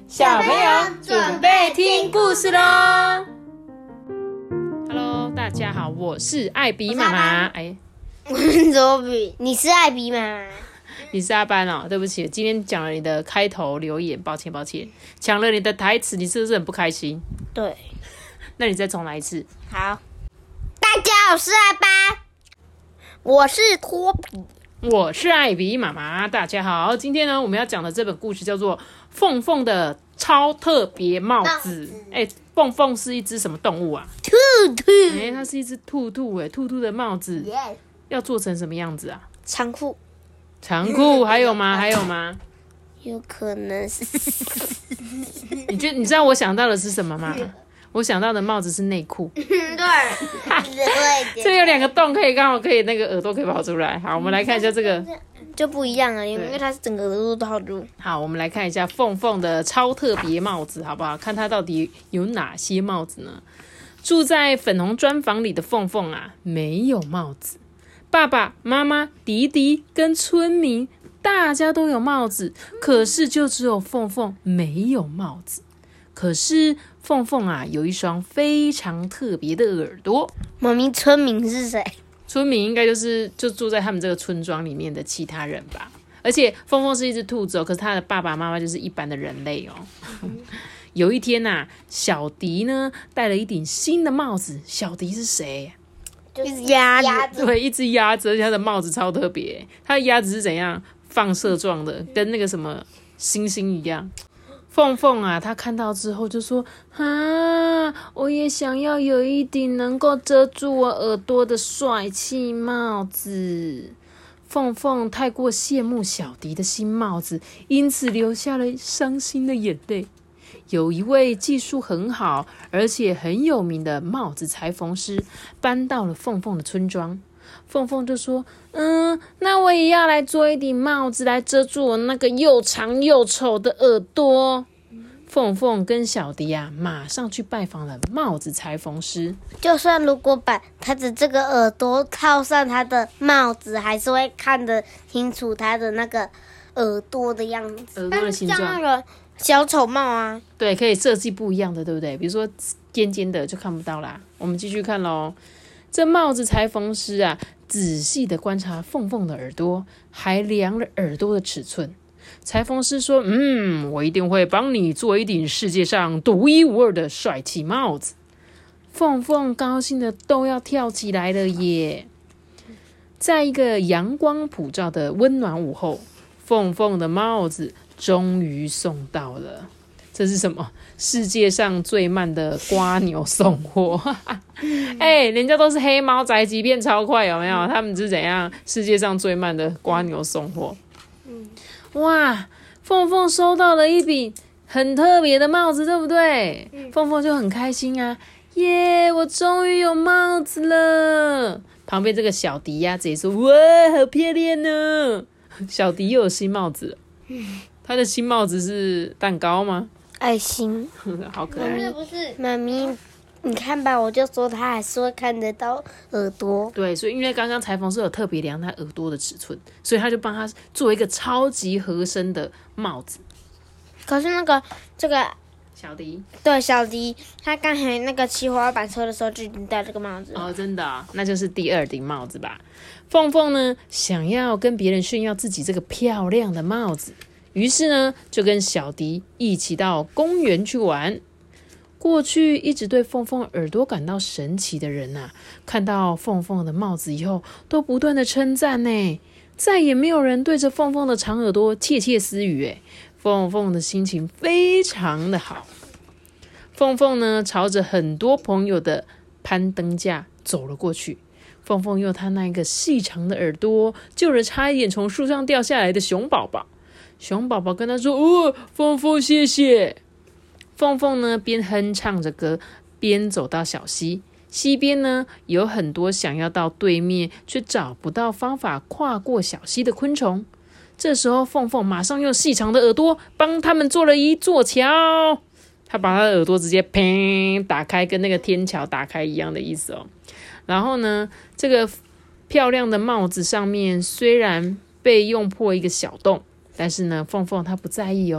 小朋友准备听故事咯。Hello， 大家好，我是艾比妈妈。 我是周比，你是艾比妈妈。 你是阿班哦，对不起，今天讲了你的开头留言，抱歉，抢了你的台词，你是不是很不开心？ 对， 那你再重来一次。 好，大家好，我是阿班，我是托比， 我是艾比妈妈，大家好。今天呢，我们要讲的这本故事叫做《凤凤的超特别帽子》。凤凤是一只什么动物啊？ 兔兔。 它是一只兔兔，兔兔的帽子要做成什么样子啊？ 长裤还有吗？ 有可能是。 你知道我想到的是什么吗？我想到的帽子是内裤。 对， 这有2个洞，刚好可以那个耳朵可以跑出来。好，我们来看一下这个就不一样了，因为它是整个耳朵套住。 好，我们来看一下凤凤的超特别帽子，好不好？看它到底有哪些帽子呢？住在粉红砖房里的凤凤啊，没有帽子。爸爸妈妈、弟弟跟村民，大家都有帽子，可是就只有凤凤没有帽子。可是凤凤啊，有一双非常特别的耳朵。 妈咪，村民是谁？ 村民应该就住在他们这个村庄里面的其他人吧。而且凤凤是一只兔子哦，可是他的爸爸妈妈就是一般的人类哦。有一天啊，小迪呢戴了一顶新的帽子。小迪是谁？ 一只鸭子。 对，一只鸭子，而且它的帽子超特别。它的鸭子是怎样放射状的，跟那个什么星星一样。凤凤啊，她看到之后就说：“啊，我也想要有一顶能够遮住我耳朵的帅气帽子。”凤凤太过羡慕小迪的新帽子，因此流下了伤心的眼泪。有一位技术很好而且很有名的帽子裁缝师搬到了凤凤的村庄。凤凤就说：“那我也要来做一顶帽子来遮住我那个又长又丑的耳朵。”凤凤跟小迪啊，马上去拜访了帽子裁缝师。 就算如果把他的这个耳朵套上他的帽子，还是会看得清楚他的那个耳朵的样子， 耳朵的形状。 像那个小丑帽啊， 对，可以设计不一样的，对不对？比如说尖尖的就看不到啦。我们继续看咯。这帽子裁缝师啊，仔细的观察凤凤的耳朵，还量了耳朵的尺寸。裁缝师说：“我一定会帮你做一顶世界上独一无二的帅气帽子。”凤凤高兴的都要跳起来了耶！在一个阳光普照的温暖午后，凤凤的帽子终于送到了。这是什么？世界上最慢的蝸牛送货。人家都是黑猫宅急便超快，有没有？他们是怎样？世界上最慢的蝸牛送货。哇，凤凤收到了一顶很特别的帽子，对不对？凤凤就很开心啊，耶，我终于有帽子了。旁边这个小迪鸭子也说：“哇，好漂亮呢！”小迪又有新帽子了。他的新帽子是蛋糕吗？ 爱心。 好可爱。 不是，妈咪，你看吧，我就说他还是会看得到耳朵。 对，所以因为刚刚裁缝师有特别量他耳朵的尺寸，所以他就帮他做一个超级合身的帽子。 可是这个小迪， 对，小迪，他刚才那个骑滑板车的时候就已经戴这个帽子了。 哦，真的啊，那就是第2顶帽子吧。凤凤呢，想要跟别人炫耀自己这个漂亮的帽子，于是呢，就跟小迪一起到公园去玩。过去一直对凤凤耳朵感到神奇的人啊，看到凤凤的帽子以后，都不断的称赞呢。再也没有人对着凤凤的长耳朵窃窃私语。凤凤的心情非常的好。凤凤呢，朝着很多朋友的攀登架走了过去。凤凤用她那个细长的耳朵救了差一点从树上掉下来的熊宝宝。熊宝宝跟她说：“凤凤谢谢。”凤凤呢，边哼唱着歌，边走到小溪。溪边呢，有很多想要到对面却找不到方法跨过小溪的昆虫。这时候，凤凤马上用细长的耳朵帮他们做了一座桥。她把她的耳朵直接砰打开，跟那个天桥打开一样的意思哦。然后呢，这个漂亮的帽子上面虽然被用破一个小洞，但是呢，凤凤她不在意哦。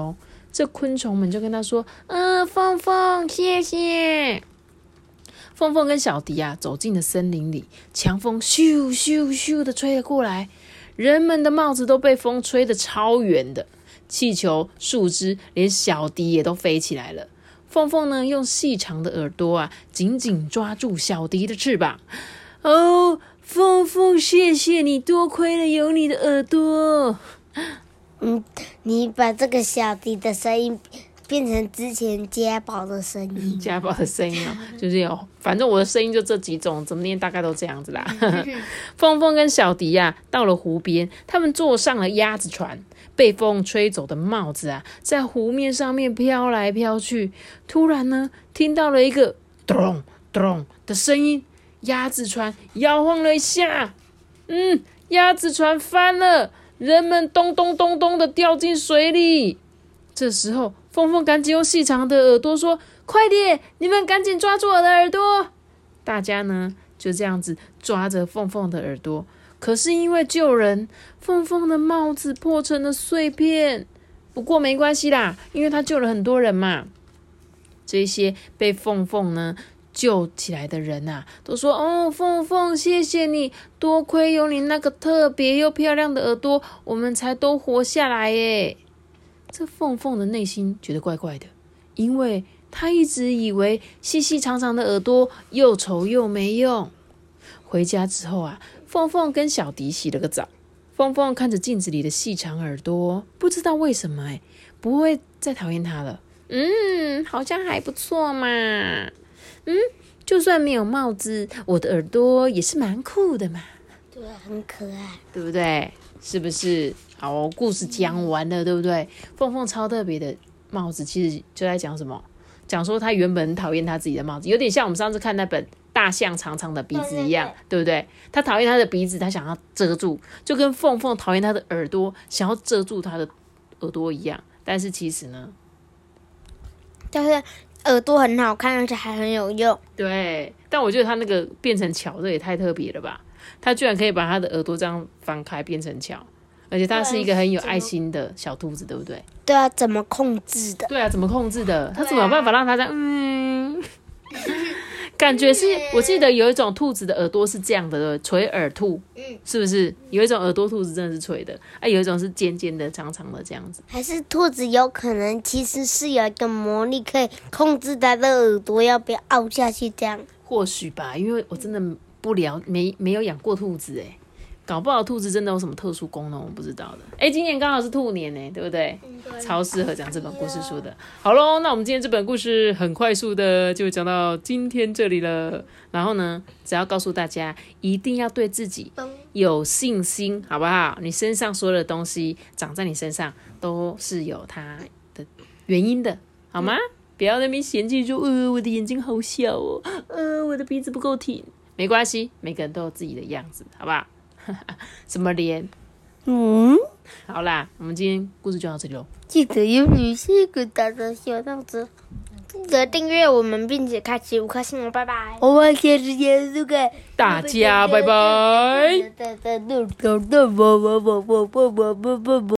这昆虫们就跟他说：“凤凤，谢谢。”凤凤跟小迪啊走进了森林里，强风咻咻咻的吹了过来，人们的帽子都被风吹得超远的，气球、树枝，连小迪也都飞起来了。凤凤呢，用细长的耳朵啊，紧紧抓住小迪的翅膀。哦，凤凤，谢谢你，多亏了有你的耳朵。 你把这个小迪的声音变成之前家宝的声音， 家宝的声音哦，就是反正我的声音就这几种，怎么念大概都这样子啦。凤凤跟小迪啊，到了湖边，他们坐上了鸭子船，被风吹走的帽子啊，在湖面上面飘来飘去。突然呢，听到了一个咚咚的声音，鸭子船摇晃了一下，鸭子船翻了，人们咚咚咚咚的掉进水里。这时候，凤凤赶紧用细长的耳朵说：“快点，你们赶紧抓住我的耳朵！”大家呢就这样子抓着凤凤的耳朵。可是因为救人，凤凤的帽子破成了碎片。不过没关系啦，因为她救了很多人嘛。这些被凤凤呢救起来的人啊，都说：“哦，凤凤，谢谢你，多亏有你那个特别又漂亮的耳朵，我们才都活下来耶。”这凤凤的内心觉得怪怪的，因为她一直以为细细长长的耳朵又丑又没用。回家之后啊，凤凤跟小迪洗了个澡。凤凤看着镜子里的细长耳朵，不知道为什么不会再讨厌它了。好像还不错嘛。就算没有帽子，我的耳朵也是蛮酷的嘛。 对，很可爱， 对不对？是不是？好，故事讲完了，对不对？凤凤超特别的帽子，其实就在讲什么？讲说他原本很讨厌他自己的帽子，有点像我们上次看那本大象长长的鼻子一样，对不对？他讨厌他的鼻子，他想要遮住，就跟凤凤讨厌他的耳朵，想要遮住他的耳朵一样。但是其实呢， 但是耳朵很好看，而且还很有用。 对，但我觉得他那个变成桥，这也太特别了吧？他居然可以把他的耳朵这样翻开变成桥。而且它是一个很有爱心的小兔子，对不对？ 对啊，怎么控制的？ 对啊，怎么控制的？他怎么有办法让它这样？感觉是我记得有一种兔子的耳朵是这样的，垂耳兔，是不是？有一种耳朵兔子真的是垂的，有一种是尖尖的、长长的这样子。 还是兔子有可能其实是有一个魔力可以控制它的耳朵要不要凹下去这样？ 或许吧，因为我真的没有养过兔子搞不好兔子真的有什么特殊功能，我不知道的。今年刚好是兔年对不对？超适合讲这本故事书的。好咯，那我们今天这本故事很快速的就讲到今天这里了。然后呢，只要告诉大家，一定要对自己有信心，好不好？你身上所有的东西长在你身上，都是有它的原因的，好吗？不要在那边嫌弃说，我的眼睛好小哦，我的鼻子不够挺。没关系，每个人都有自己的样子，好不好？什么脸？好啦，我们今天故事就到这里咯。 记得有女士给大的小样子，记得订阅我们，并且开启5颗星哦，拜拜。我们下次见， 大家拜拜。